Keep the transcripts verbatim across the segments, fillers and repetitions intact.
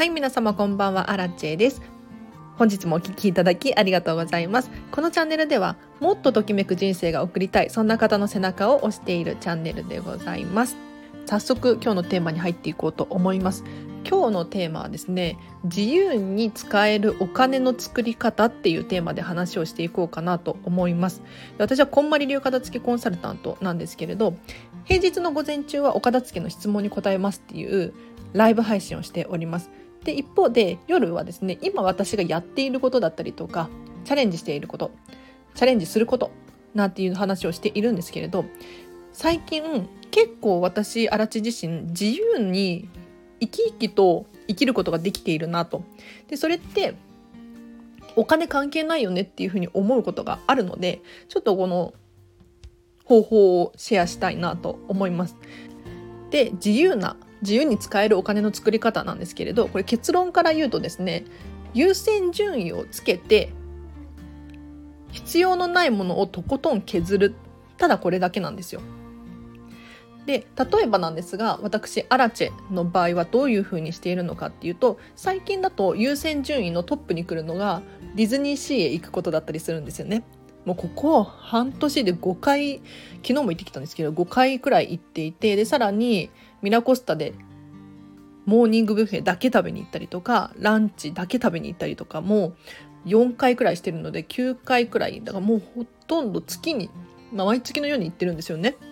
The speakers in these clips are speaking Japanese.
はい、皆様こんばんは、アラチェです。本日もお聞きいただきありがとうございます。このチャンネルではもっとときめく人生が送りたい、そんな方の背中を押しているチャンネルでございます。早速今日のテーマに入っていこうと思います。今日のテーマはですね、自由に使えるお金の作り方っていうテーマで話をしていこうかなと思います。私はこんまり流片付けコンサルタントなんですけれど、平日の午前中はお片付けの質問に答えますっていうライブ配信をしております。で、一方で夜はですね、今私がやっていることだったりとか、チャレンジしていること、チャレンジすることなんていう話をしているんですけれど、最近結構私荒地自身自由に生き生きと生きることができているなと。で、それってお金関係ないよねっていうふうに思うことがあるので、ちょっとこの方法をシェアしたいなと思います。で、自由な自由に使えるお金の作り方なんですけれど、これ結論から言うとですね、優先順位をつけて必要のないものをとことん削る、ただこれだけなんですよ。で、例えばなんですが、私アラチェの場合はどういう風にしているのかっていうと、最近だと優先順位のトップに来るのがディズニーシーへ行くことだったりするんですよね。もうここ半年でごかい、昨日も行ってきたんですけどごかいくらい行っていて、でさらにミラコスタでモーニングブッフェだけ食べに行ったりとか、ランチだけ食べに行ったりとかもよんかいくらいしてるのできゅうかいくらいだから、もうほとんど月に、まあ、毎月のように行ってるんですよね。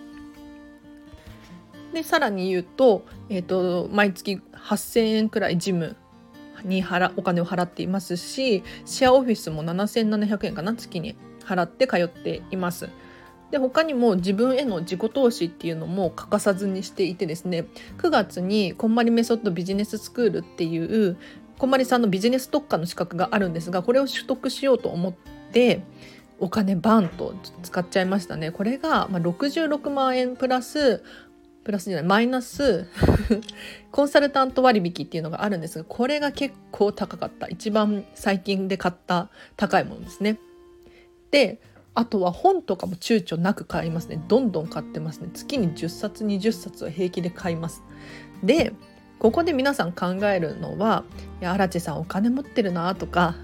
でさらに言うと、えーと、毎月はっせんえんくらいジムに払お金を払っていますし、シェアオフィスもななせんななひゃくえんかな、月に払って通っています。で、他にも自分への自己投資っていうのも欠かさずにしていてですね、くがつにこんまりメソッドビジネススクールっていうこんまりさんのビジネス特化の資格があるんですが、これを取得しようと思ってお金バンと使っちゃいましたね。これがろくじゅうろくまんえんプラスプラスじゃないマイナスコンサルタント割引っていうのがあるんですが、これが結構高かった。一番最近で買った高いものですね。で、あとは本とかも躊躇なく買いますね。どんどん買ってますね。月にじゅっさつにじゅっさつは平気で買います。で、ここで皆さん考えるのは、いや、荒地さんお金持ってるなとか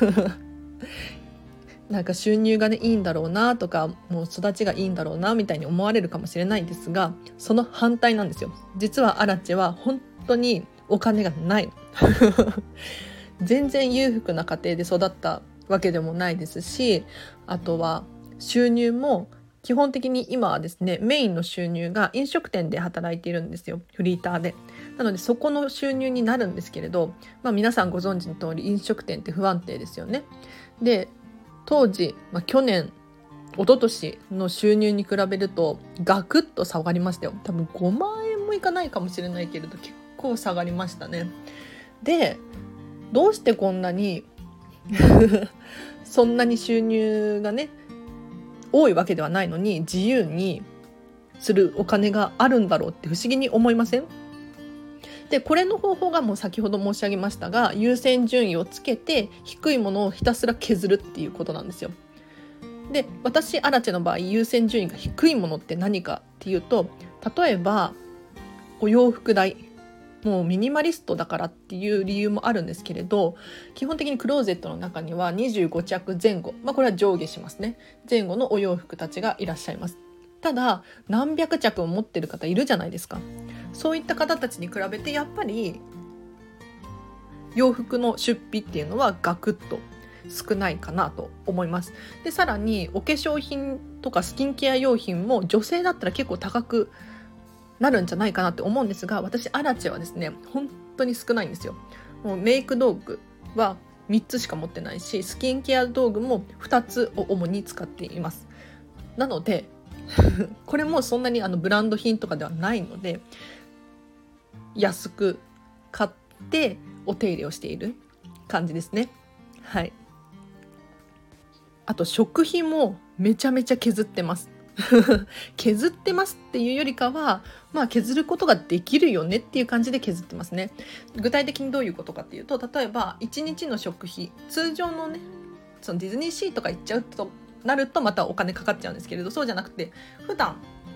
なんか収入がねいいんだろうなとか、もう育ちがいいんだろうなみたいに思われるかもしれないですが、その反対なんですよ。実は荒地は本当にお金がない全然裕福な家庭で育ったわけでもないですし、あとは収入も基本的に今はですね、メインの収入が飲食店で働いているんですよ、フリーターで。なのでそこの収入になるんですけれど、まあ、皆さんご存知の通り飲食店って不安定ですよね。で、当時、まあ、去年一昨年の収入に比べるとガクッと下がりましたよ。多分ごまんえんもいかないかもしれないけれど、結構下がりましたね。で、どうしてこんなにそんなに収入がね多いわけではないのに自由にするお金があるんだろうって不思議に思いません？で、これの方法がもう先ほど申し上げましたが、優先順位をつけて低いものをひたすら削るっていうことなんですよ。で、私アラチェの場合優先順位が低いものって何かっていうと、例えばお洋服代、もうミニマリストだからっていう理由もあるんですけれど、基本的にクローゼットの中にはにじゅうごちゃくぜん後、まあこれは上下しますね、前後のお洋服たちがいらっしゃいます。ただ何百着も持ってる方いるじゃないですか。そういった方たちに比べてやっぱり洋服の出費っていうのはガクッと少ないかなと思います。で、さらにお化粧品とかスキンケア用品も女性だったら結構高くなるんじゃないかなって思うんですが、私アラチェはですね本当に少ないんですよ。もうメイク道具はみっつしか持ってないし、スキンケア道具もふたつを主に使っています。なのでこれもそんなにあのブランド品とかではないので、安く買ってお手入れをしている感じですね。はい。あと食費もめちゃめちゃ削ってます削ってますっていうよりかは、まあ削ることができるよねっていう感じで削ってますね。具体的にどういうことかっていうと、例えばいちにちの食費、通常のねそのディズニーシーとか行っちゃうとなるとまたお金かかっちゃうんですけれど、そうじゃなくて普段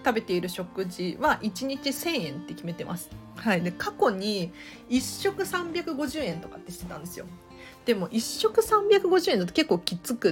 食べている食事はいちにちせんえんって決めてます。はい、で過去にいっしょくさんびゃくごじゅうえんとかってしてたんですよ。でもいっしょくさんびゃくごじゅうえんだと結構きつくって、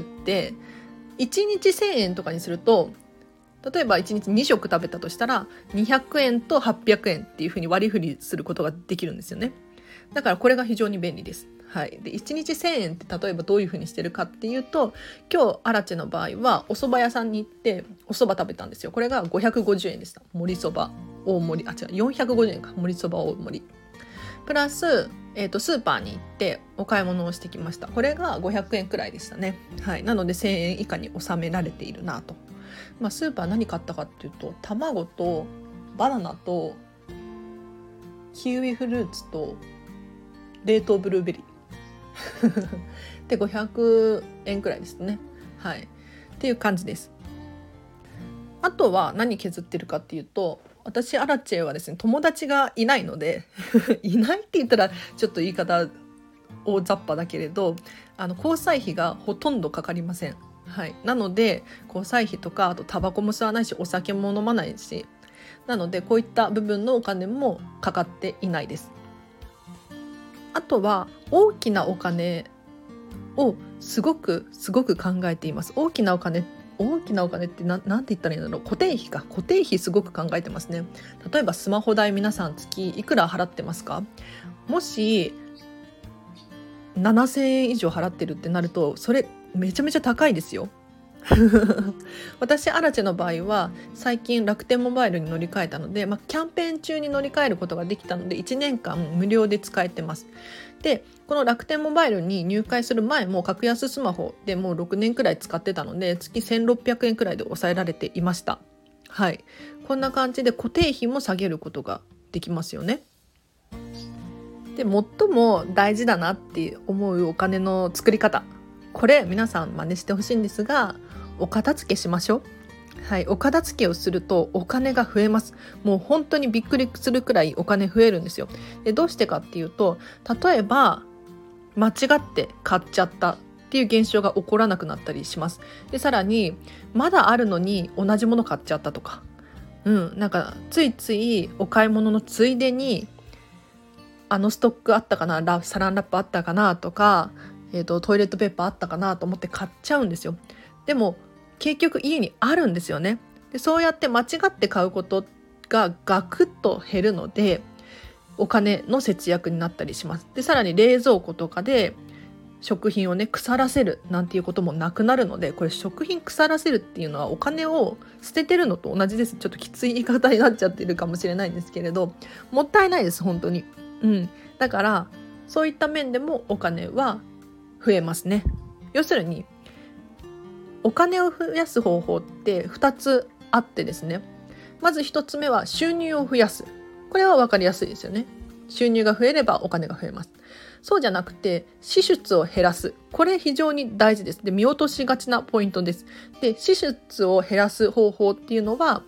いちにちせんえんとかにすると、例えばいちにちにしょく食べたとしたらにひゃくえんとはっぴゃくえんっていう風に割り振りすることができるんですよね。だからこれが非常に便利です。はい、でいちにちせんえんって例えばどういう風にしてるかっていうと、今日アラチェの場合はお蕎麦屋さんに行ってお蕎麦食べたんですよ。これがごひゃくごじゅうえんでした。盛り蕎麦大盛り、あ違うよんひゃくごじゅうえんか、盛り蕎麦大盛りプラス、えーと、スーパーに行ってお買い物をしてきました。これがごひゃくえんくらいでしたね。はい、なのでせんえん以下に収められているなと。まあ、スーパー何買ったかっていうと、卵とバナナとキウイフルーツと冷凍ブルーベリーでごひゃくえんくらいですね。はい、っていう感じです。あとは何削ってるかっていうと、私アラチェはですね、友達がいないのでいないって言ったらちょっと言い方大雑把だけれど、あの交際費がほとんどかかりません。はい、なので交際費とか、あとタバコも吸わないしお酒も飲まないし、なのでこういった部分のお金もかかっていないです。あとは大きなお金をすごくすごく考えています。大きなお金大きなお金ってななんて言ったらいいんだろう。固定費か固定費すごく考えてますね。例えばスマホ代、皆さん月いくら払ってますか？もしななせんえん以上払ってるってなると、それめちゃめちゃ高いですよ私アラチェの場合は最近楽天モバイルに乗り換えたので、まあ、キャンペーン中に乗り換えることができたのでいちねんかん無料で使えてます。でこの楽天モバイルに入会する前も格安スマホでもうろくねんくらい使ってたので、月せんろっぴゃくえんくらいで抑えられていました。はい、こんな感じで固定費も下げることができますよね。で最も大事だなって思うお金の作り方、これ皆さん真似してほしいんですが、お片付けしましょう。はい、お片付けをするとお金が増えます。もう本当にびっくりするくらいお金増えるんですよ。でどうしてかっていうと、例えば間違って買っちゃったっていう現象が起こらなくなったりします。でさらにまだあるのに同じもの買っちゃったとか、うん、なんかついついお買い物のついでにあのストックあったかな、ラサランラップあったかなとか、えーと、トイレットペーパーあったかなと思って買っちゃうんですよ。でも結局家にあるんですよね。でそうやって間違って買うことがガクッと減るのでお金の節約になったりします。でさらに冷蔵庫とかで食品をね腐らせるなんていうこともなくなるので、これ食品腐らせるっていうのはお金を捨ててるのと同じです。ちょっときつい言い方になっちゃってるかもしれないんですけれど、もったいないです本当に。うん、だからそういった面でもお金は増えますね。要するにお金を増やす方法ってふたつあってですね、まずひとつめは収入を増やす。これは分かりやすいですよね。収入が増えればお金が増えます。そうじゃなくて支出を減らす。これ非常に大事です。で見落としがちなポイントです。で支出を減らす方法っていうのは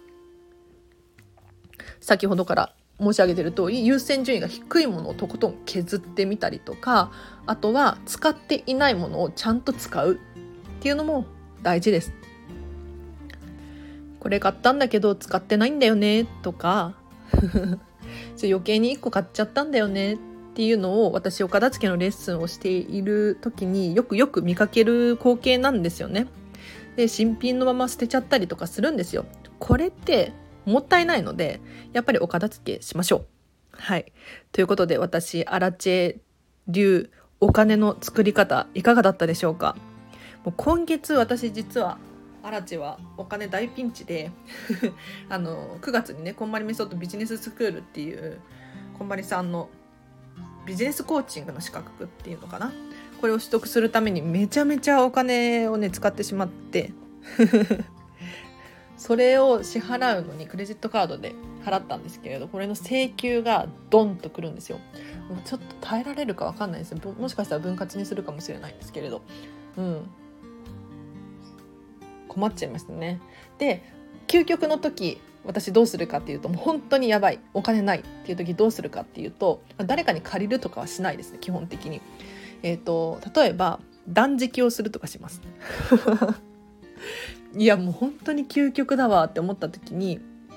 先ほどから申し上げている通り、優先順位が低いものをとことん削ってみたりとか、あとは使っていないものをちゃんと使うっていうのも大事です。これ買ったんだけど使ってないんだよねとか余計にいっこ買っちゃったんだよねっていうのを、私お片付けのレッスンをしている時によくよく見かける光景なんですよね。で新品のまま捨てちゃったりとかするんですよ。これってもったいないのでやっぱりお片付けしましょう。はい、ということで私アラチェ流お金の作り方いかがだったでしょうか。もう今月私実はアラチェはお金大ピンチであのくがつにねこんまりメソッドビジネススクールっていうこんまりさんのビジネスコーチングの資格っていうのかな、これを取得するためにめちゃめちゃお金をね使ってしまってそれを支払うのにクレジットカードで払ったんですけれど、これの請求がドンとくるんですよ。もうちょっと耐えられるか分かんないです。もしかしたら分割にするかもしれないんですけれど、うん困っちゃいましたね。で究極の時私どうするかっていうと、もう本当にやばいお金ないっていう時どうするかっていうと、誰かに借りるとかはしないですね基本的に。えーと例えば断食をするとかしますいやもう本当に究極だわって思った時に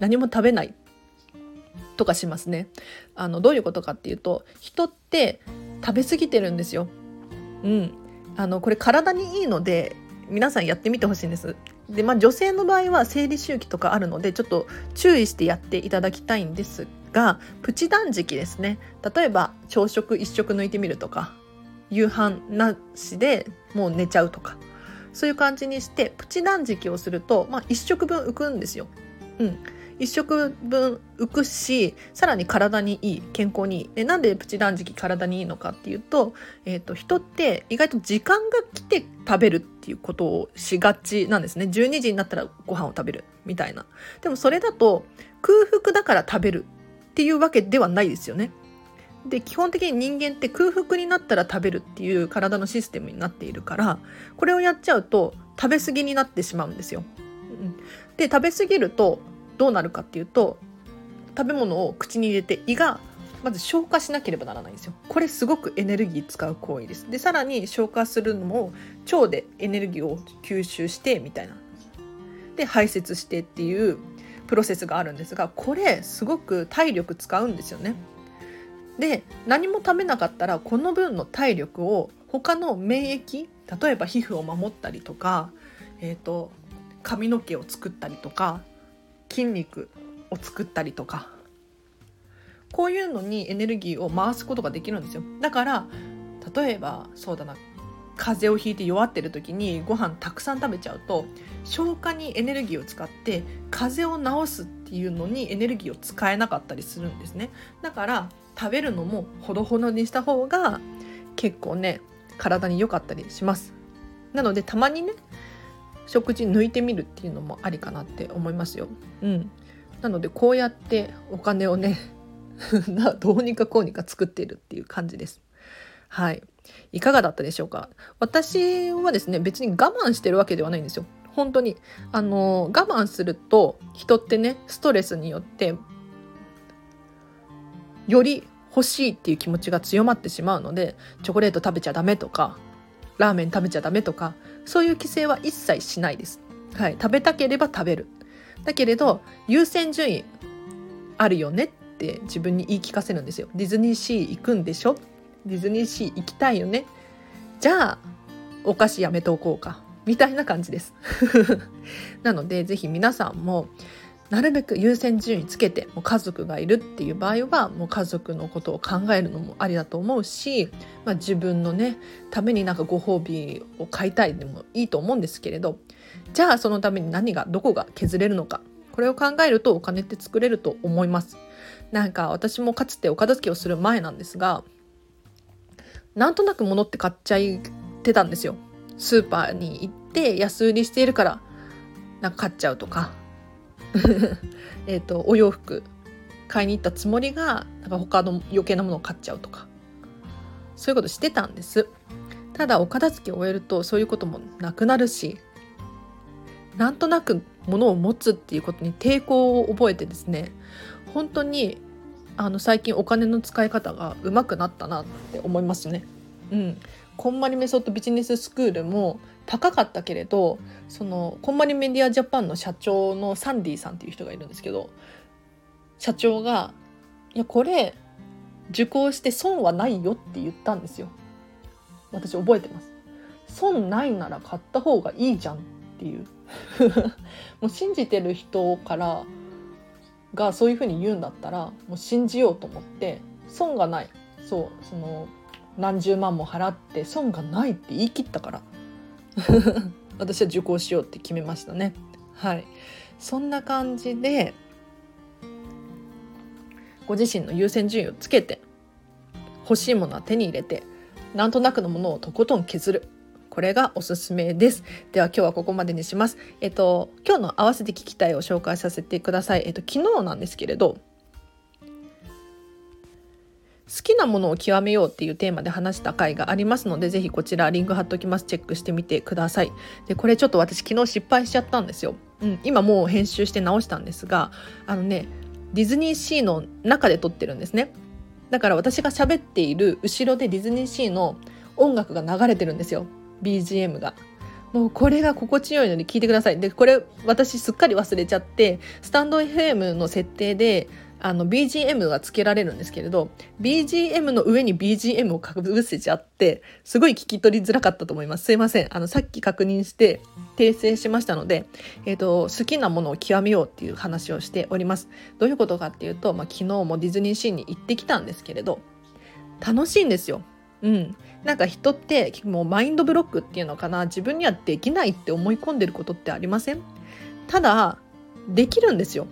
何も食べないとかしますね。あのどういうことかっていうと、人って食べ過ぎてるんですよ。うん、あのこれ体にいいので皆さんやってみてほしいんです。で、まあ、女性の場合は生理周期とかあるのでちょっと注意してやっていただきたいんですが、プチ断食ですね。例えば朝食一食抜いてみるとか、夕飯なしでもう寝ちゃうとか、そういう感じにしてプチ断食をすると、まあ、一食分浮くんですよ。うん、一食分浮くし、さらに体にいい、健康にいい。で、なんでプチ断食体にいいのかっていうと、えーと、人って意外と時間が来て食べるっていうことをしがちなんですね。じゅうにじになったらご飯を食べるみたいな。でもそれだと空腹だから食べるっていうわけではないですよね。で、基本的に人間って空腹になったら食べるっていう体のシステムになっているから、これをやっちゃうと食べ過ぎになってしまうんですよ。うん、で、食べ過ぎるとどうなるかっていうと、食べ物を口に入れて胃がまず消化しなければならないんですよ。これすごくエネルギー使う行為です。で、さらに消化するのも腸でエネルギーを吸収してみたいな、で排泄してっていうプロセスがあるんですが、これすごく体力使うんですよね。で、何も食べなかったらこの分の体力を他の免疫、例えば皮膚を守ったりとか、えーと、髪の毛を作ったりとか筋肉を作ったりとか、こういうのにエネルギーを回すことができるんですよ。だから例えばそうだな、風邪をひいて弱ってる時にご飯たくさん食べちゃうと消化にエネルギーを使って風邪を治すっていうのにエネルギーを使えなかったりするんですね。だから食べるのもほどほどにした方が結構ね、体に良かったりします。なのでたまにね、食事抜いてみるっていうのもありかなって思いますよ。うん、なのでこうやってお金をねどうにかこうにか作っているっていう感じです。はい、いかがだったでしょうか。私はですね、別に我慢してるわけではないんですよ。本当にあの我慢すると人ってね、ストレスによってより欲しいっていう気持ちが強まってしまうので、チョコレート食べちゃダメとかラーメン食べちゃダメとか、そういう規制は一切しないです。はい、食べたければ食べる。だけれど優先順位あるよねって自分に言い聞かせるんですよ。ディズニーシー行くんでしょ、ディズニーシー行きたいよね、じゃあお菓子やめておこうかみたいな感じですなのでぜひ皆さんもなるべく優先順位つけて、もう家族がいるっていう場合はもう家族のことを考えるのもありだと思うし、まあ、自分のねためになんかご褒美を買いたいでもいいと思うんですけれど、じゃあそのために何がどこが削れるのか、これを考えるとお金って作れると思います。なんか私もかつてお片付けをする前なんですが、なんとなく物って買っちゃってたんですよ。スーパーに行って安売りしているからなんか買っちゃうとかえっとお洋服買いに行ったつもりがなんか他の余計なものを買っちゃうとか、そういうことしてたんです。ただお片付けを終えるとそういうこともなくなるし、なんとなく物を持つっていうことに抵抗を覚えてですね、本当にあの最近お金の使い方が上手くなったなって思いますね。うん、こんまりメソッドビジネススクールも高かったけれど、そのこんまりメディアジャパンの社長のサンディさんっていう人がいるんですけど、社長がいやこれ受講して損はないよって言ったんですよ。私覚えてます。損ないなら買った方がいいじゃんっていうもう信じてる人からがそういうふうに言うんだったらもう信じようと思って、損がない、そうその何十万も払って損がないって言い切ったから私は受講しようって決めましたね。はい、そんな感じでご自身の優先順位をつけて、欲しいものは手に入れて、なんとなくのものをとことん削る、これがおすすめです。では今日はここまでにします。えっと今日の合わせて聞きたいを紹介させてください。えっと昨日なんですけれど、好きなものを極めようっていうテーマで話した回がありますので、ぜひこちらリンク貼っておきます。チェックしてみてください。でこれちょっと私昨日失敗しちゃったんですよ。うん、今もう編集して直したんですが、あのねディズニーシーの中で撮ってるんですね。だから私が喋っている後ろでディズニーシーの音楽が流れてるんですよ。ビージーエム が。 もうこれが心地よいので聞いてください。でこれ私すっかり忘れちゃって、スタンド エフエム の設定であの ビージーエム がつけられるんですけれど、 ビージーエム の上に ビージーエム をかぶせちゃってすごい聞き取りづらかったと思います。すいません。あのさっき確認して訂正しましたので、えーと、好きなものを極めようっていう話をしております。どういうことかっていうと、まあ、昨日もディズニーシーに行ってきたんですけれど、楽しいんですよ。うん、なんか人ってもうマインドブロックっていうのかな、自分にはできないって思い込んでることってありません？ただできるんですよ。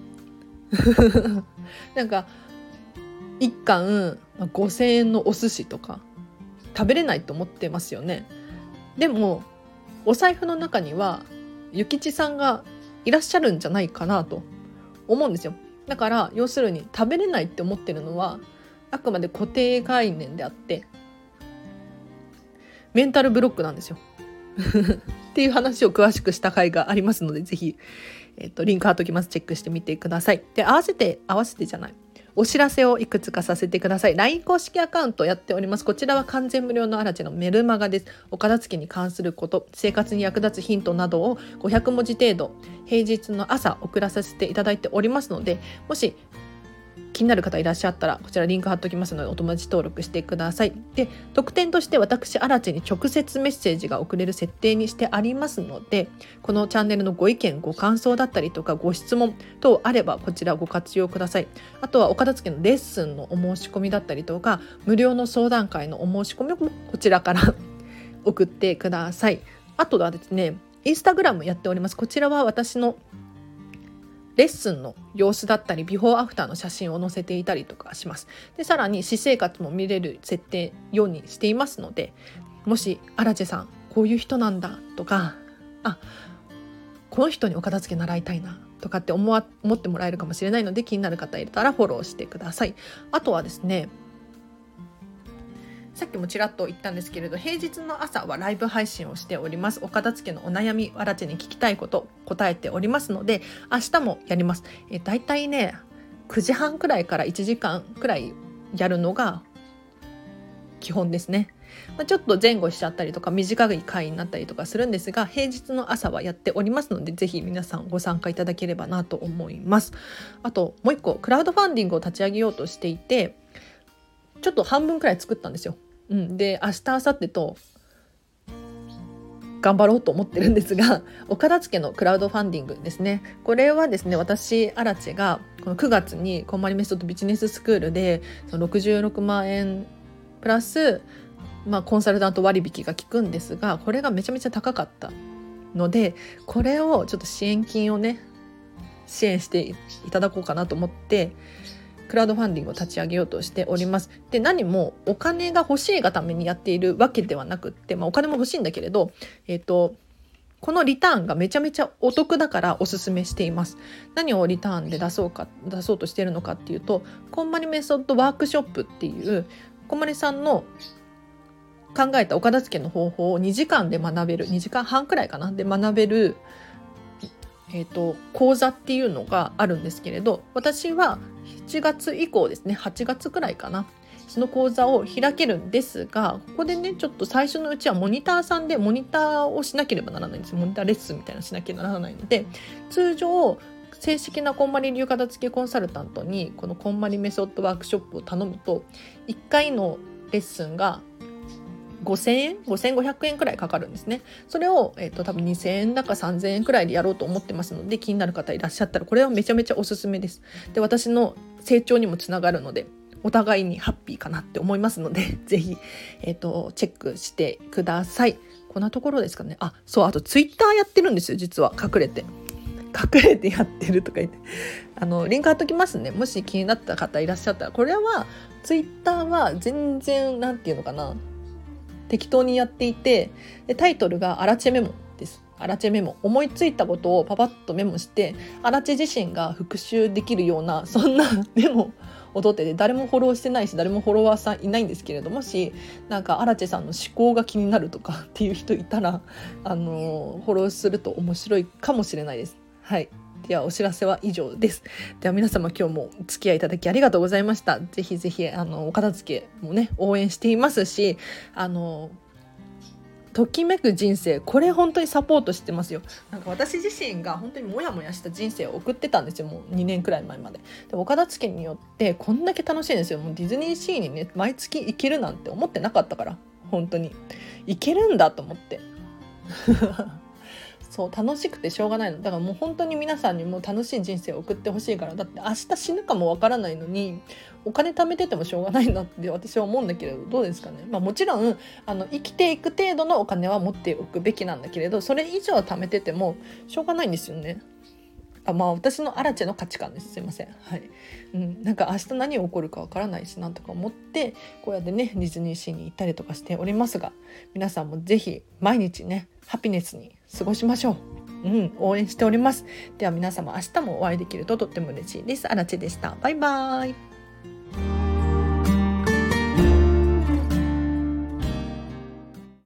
なんか一貫ごせんえんのお寿司とか食べれないと思ってますよね。でもお財布の中にはゆきちさんがいらっしゃるんじゃないかなと思うんですよ。だから要するに食べれないって思ってるのはあくまで固定概念であってメンタルブロックなんですよ。っていう話を詳しくした回がありますので、ぜひ、えっと、リンク貼っときます。チェックしてみてください。で、合わせて、合わせてじゃない。お知らせをいくつかさせてください。ライン 公式アカウントやっております。こちらは完全無料のアラチェのメルマガです。お片付けに関すること、生活に役立つヒントなどをごひゃくもじ程度、平日の朝送らさせていただいておりますので、もし気になる方いらっしゃったらこちらリンク貼っておきますのでお友達登録してください。で、特典として私アラチェに直接メッセージが送れる設定にしてありますので、このチャンネルのご意見ご感想だったりとかご質問等あればこちらご活用ください。あとはお片付けのレッスンのお申し込みだったりとか無料の相談会のお申し込みもこちらから送ってください。あとはですね、インスタグラムやっております。こちらは私のレッスンの様子だったりビフォーアフターの写真を載せていたりとかします。で、さらに私生活も見れる設定ようにしていますので、もしアラチェさんこういう人なんだとか、あ、この人にお片付け習いたいなとかって思わ思ってもらえるかもしれないので、気になる方いたらフォローしてください。あとはですね、さっきもちらっと言ったんですけれど、平日の朝はライブ配信をしております。お片付けのお悩み、アラチェに聞きたいこと答えておりますので、明日もやります。えだいたいねくじはんくらいからいちじかんくらいやるのが基本ですね。まあ、ちょっと前後しちゃったりとか短い回になったりとかするんですが、平日の朝はやっておりますので、ぜひ皆さんご参加いただければなと思います。あともう一個、クラウドファンディングを立ち上げようとしていて、ちょっと半分くらい作ったんですよ。うん、で明日明後日と頑張ろうと思ってるんですが、お片付けのクラウドファンディングですね。これはですね、私アラチェがこのくがつにこんまりメソッドビジネススクールでそのろくじゅうろくまんえんプラス、まあ、コンサルタント割引が効くんですが、これがめちゃめちゃ高かったので、これをちょっと支援金をね支援していただこうかなと思ってクラウドファンディングを立ち上げようとしております。で、何もお金が欲しいがためにやっているわけではなくって、まあ、お金も欲しいんだけれど、えっと、このリターンがめちゃめちゃお得だからおすすめしています。何をリターンで出そうか、出そうとしているのかっていうと、こんまりメソッドワークショップっていうこんまりさんの考えたお片付けの方法をにじかんで学べる、にじかんはんくらいかなで学べるえーと、講座っていうのがあるんですけれど、私はしちがつ以降ですね、はちがつくらいかな、その講座を開けるんですが、ここでねちょっと最初のうちはモニターさんでモニターをしなければならないんです。モニターレッスンみたいなのしなきゃならないので、通常正式なこんまり流片付けコンサルタントにこのこんまりメソッドワークショップを頼むといっかいのレッスンがごせんえんごせんごひゃくえんくらいかかるんですね。それを、えーと、多分にせんえんだかさんぜんえんくらいでやろうと思ってますので、気になる方いらっしゃったらこれはめちゃめちゃおすすめです。で、私の成長にもつながるのでお互いにハッピーかなって思いますので、ぜひ、えーと、チェックしてください。こんなところですかね。あ、そう、あとツイッターやってるんですよ、実は。隠れて隠れてやってるとか言って、あのリンク貼っときますね。もし気になった方いらっしゃったら。これはツイッターは全然なんていうのかな、適当にやっていて、でタイトルがアラチェメモです。アラチェメモ、思いついたことをパパッとメモして、アラチェ自身が復習できるようなそんなメモを取ってて、誰もフォローしてないし誰もフォロワーさんいないんですけれども、しなんかアラチェさんの思考が気になるとかっていう人いたら、あのフォローすると面白いかもしれないです。はい、ではお知らせは以上です。では皆様、今日もお付き合いいただきありがとうございました。ぜひぜひあのお片付けもね応援していますし、あのときめく人生、これ本当にサポートしてますよ。なんか私自身が本当にモヤモヤした人生を送ってたんですよ、もうにねんくらい前まで。で岡田付によってこんだけ楽しいんですよ。もうディズニーシーにね毎月行けるなんて思ってなかったから、本当に行けるんだと思ってそう楽しくてしょうがないのだから、もう本当に皆さんにも楽しい人生を送ってほしいから。だって明日死ぬかもわからないのにお金貯めててもしょうがないなって私は思うんだけれど、どうですかね。まあもちろんあの生きていく程度のお金は持っておくべきなんだけれど、それ以上貯めててもしょうがないんですよね。あ、まあ私のアラチェの価値観です。すいません。はい。うん、なんか明日何起こるかわからないしなとか思ってこうやってねディズニーシーに行ったりとかしておりますが、皆さんもぜひ毎日ねハピネスに過ごしましょう。うん、応援しております。では皆様明日もお会いできるととっても嬉しいです。アラチェでした。バイバイ。